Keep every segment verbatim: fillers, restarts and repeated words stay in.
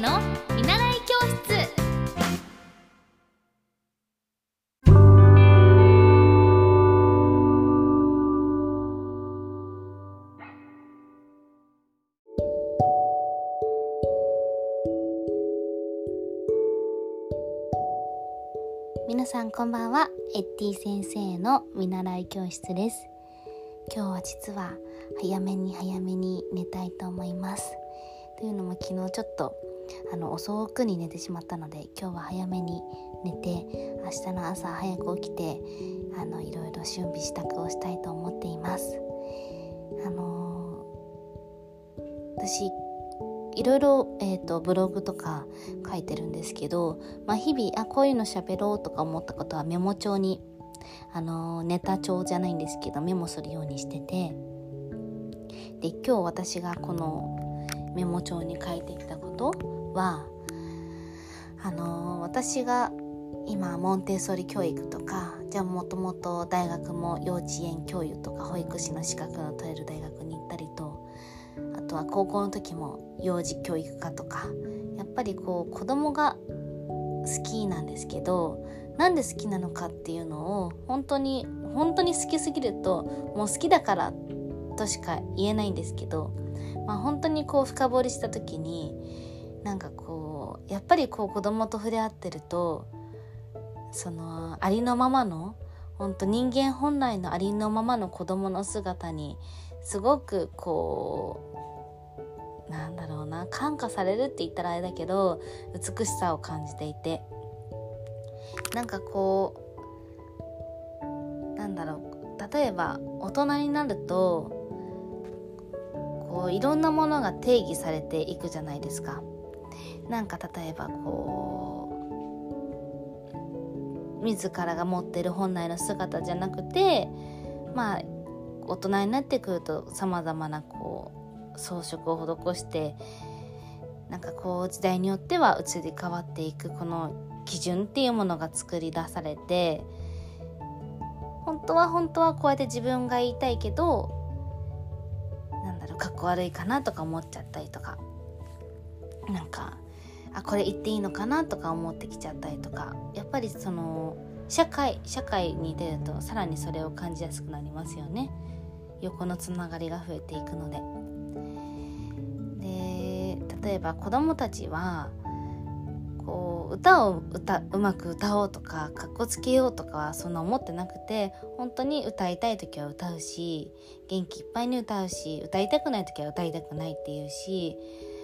の見習い教室。皆さんこんばんは。エッティ先生の見習い教室です。今日は実は早めに早めに寝たいと思います。というのも昨日ちょっとあの遅くに寝てしまったので、今日は早めに寝て明日の朝早く起きてあのいろいろ準備支度をしたいと思っています。あのー、私いろいろ、えーと、ブログとか書いてるんですけど、まあ、日々あこういうの喋ろうとか思ったことはメモ帳に、あのー、ネタ帳じゃないんですけどメモするようにしてて、で今日私がこのメモ帳に書いてきたことはあのー、私が今モンテッソーリ教育とか、じゃあもともと大学も幼稚園教諭とか保育士の資格の取れる大学に行ったりと、あとは高校の時も幼児教育科とか、やっぱりこう子供が好きなんですけど、なんで好きなのかっていうのを本当に本当に好きすぎるともう好きだからとしか言えないんですけど、まあ、本当にこう深掘りした時になんかこうやっぱりこう子供と触れ合ってると、そのありのままの本当人間本来のありのままの子供の姿にすごくこうなんだろうな感化されるって言ったらあれだけど美しさを感じていて、なんかこうなんだろう例えば大人になるとこういろんなものが定義されていくじゃないですか。なんか例えばこう自らが持っている本来の姿じゃなくて、まあ大人になってくるとさまざまなこう装飾を施してなんかこう時代によっては移り変わっていくこの基準っていうものが作り出されて、本当は本当はこうやって自分が言いたいけどなんだろうかっこ悪いかなとか思っちゃったりとか、なんかあこれ言っていいのかなとか思ってきちゃったりとか、やっぱりその社会社会に出るとさらにそれを感じやすくなりますよね。横のつながりが増えていくので。で例えば子どもたちはこう歌を歌うまく歌おうとかかっこつけようとかはそんな思ってなくて、本当に歌いたい時は歌うし元気いっぱいに歌うし、歌いたくない時は歌いたくないっていうし、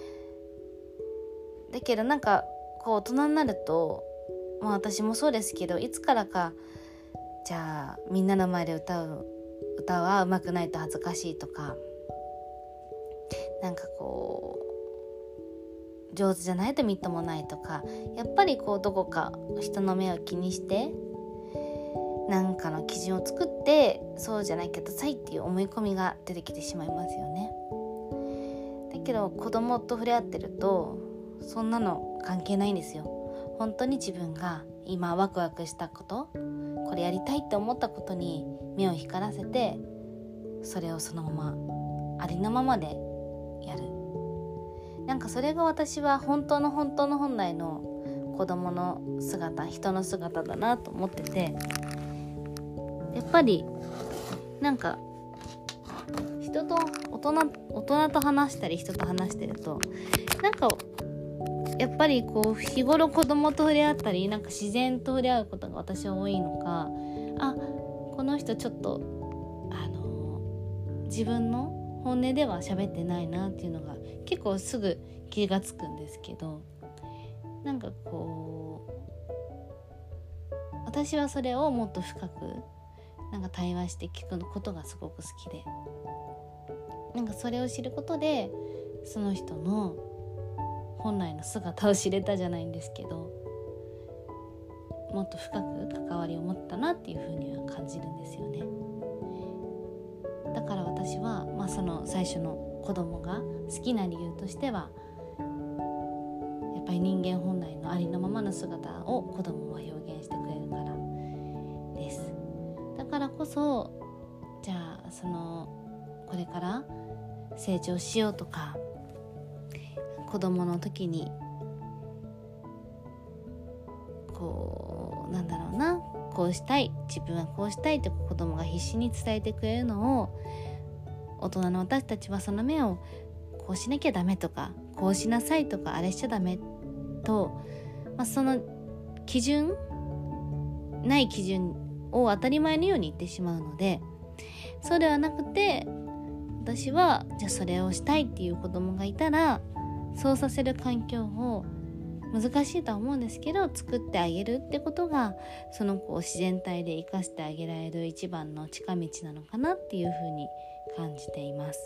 だけどなんかこう大人になると、まあ、私もそうですけどいつからかじゃあみんなの前で歌う歌はうまくないと恥ずかしいとか、なんかこう上手じゃないとみっともないとか、やっぱりこうどこか人の目を気にしてなんかの基準を作ってそうじゃないけどさいっていう思い込みが出てきてしまいますよね。だけど子供と触れ合ってるとそんなの関係ないんですよ。本当に自分が今ワクワクしたこと、これやりたいって思ったことに目を光らせて、それをそのままありのままでやる。なんかそれが私は本当の本当の本来の子供の姿、人の姿だなと思ってて、やっぱりなんか人と大人大人と話したり人と話してるとなんかやっぱりこう日頃子供と触れ合ったりなんか自然と触れ合うことが私は多いのか、あこの人ちょっとあの自分の本音では喋ってないなっていうのが結構すぐ気がつくんですけど、なんかこう私はそれをもっと深くなんか対話して聞くことがすごく好きで、なんかそれを知ることでその人の本来の姿を知れたじゃないんですけど、もっと深く関わりを持ったなっていうふうには感じるんですよね。だから私は、まあ、その最初の子供が好きな理由としてはやっぱり人間本来のありのままの姿を子供は表現してくれるからです。だからこそじゃあそのこれから成長しようとか子供の時にこうなんだろうな、こうしたい、自分はこうしたいって子供が必死に伝えてくれるのを、大人の私たちはその目をこうしなきゃダメとか、こうしなさいとか、あれしちゃダメと、まあ、その基準ない基準を当たり前のように言ってしまうので、そうではなくて、私はじゃあそれをしたいっていう子供がいたら、そうさせる環境を、難しいとは思うんですけど作ってあげるってことが、その子を自然体で生かしてあげられる一番の近道なのかなっていうふうに感じています。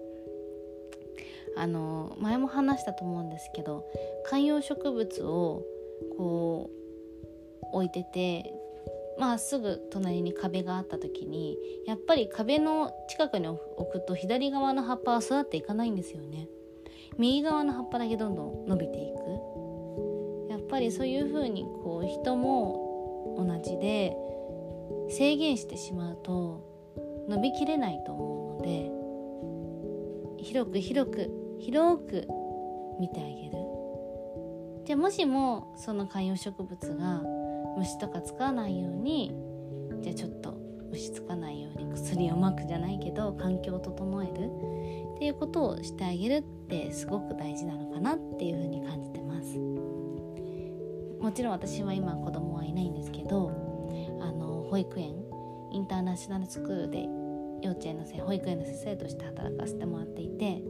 あの前も話したと思うんですけど、観葉植物をこう置いてて、まあすぐ隣に壁があった時に、やっぱり壁の近くに置くと左側の葉っぱは育っていかないんですよね。右側の葉っぱだけどんどん伸びていく。やっぱりそういう風にこう人も同じで、制限してしまうと伸びきれないと思うので、広く広く広く見てあげる。でもしもその観葉植物が虫とかつかないように、じゃあちょっと虫つかないように薬をまくじゃないけど環境を整えるっていうことをしてあげるってすごく大事なのかなっていうふうに感じてます。もちろん私は今子供はいないんですけど、あの保育園、インターナショナルスクールで幼稚園の先保育園の先生として働かせてもらっていて、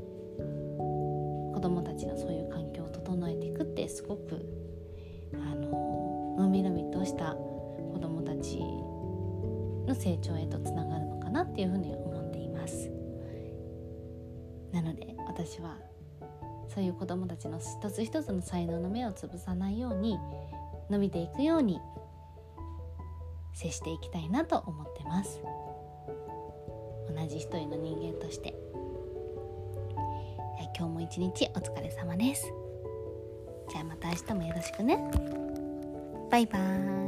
子供たちのそういう環境を整えていくってすごくあののびのびとした子供たちの成長へとつながるのかなっていうふうに思っています。なので私はそういう子供たちの一つ一つの才能の芽を潰さないように、伸びていくように接していきたいなと思ってます。同じ一人の人間として。今日も一日お疲れ様です。じゃあまた明日もよろしくね。バイバーイ。